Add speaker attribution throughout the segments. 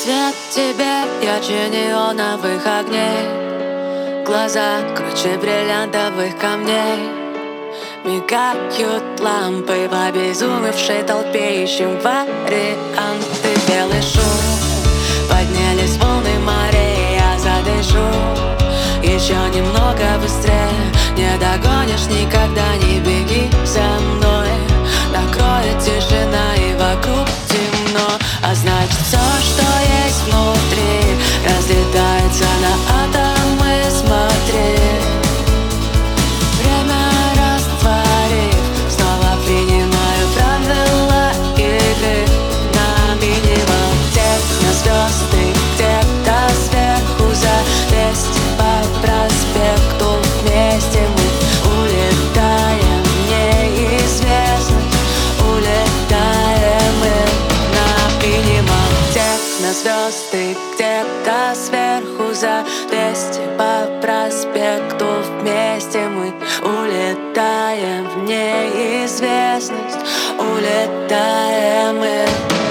Speaker 1: Свет тебе ярче неоновых огней, глаза круче бриллиантовых камней. Мигают лампы в обезумевшей толпе, ищем варианты. Белый шум, поднялись волны морей, я задышу еще немного быстрее. Не догонишь никогда, не беги за мной. Накроет тишина и вокруг темно, а значит все, что есть внутри, разлетается на атомы. Смотри, время растворив, снова принимаю правила игры на минимум. Технозвезды где-то сверху, за 200 по проспекту вместе мы улетаем в неизвестность. Улетаем мы на минимум. Технозвезды где-то сверху, за 200 по проспекту вместе мы улетаем в неизвестность. Улетаем мы.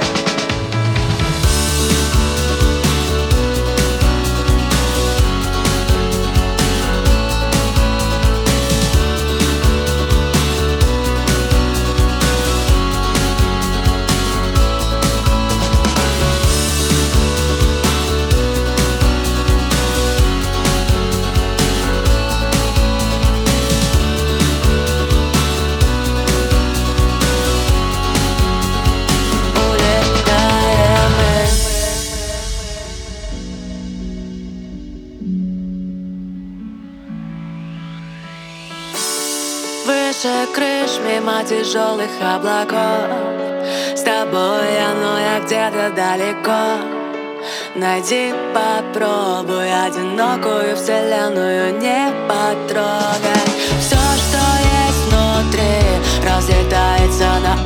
Speaker 1: Выше крыш, мимо тяжелых облаков, с тобой я, но я где-то далеко. Найди, попробуй одинокую вселенную не потрогать. Все, что есть внутри, разлетается на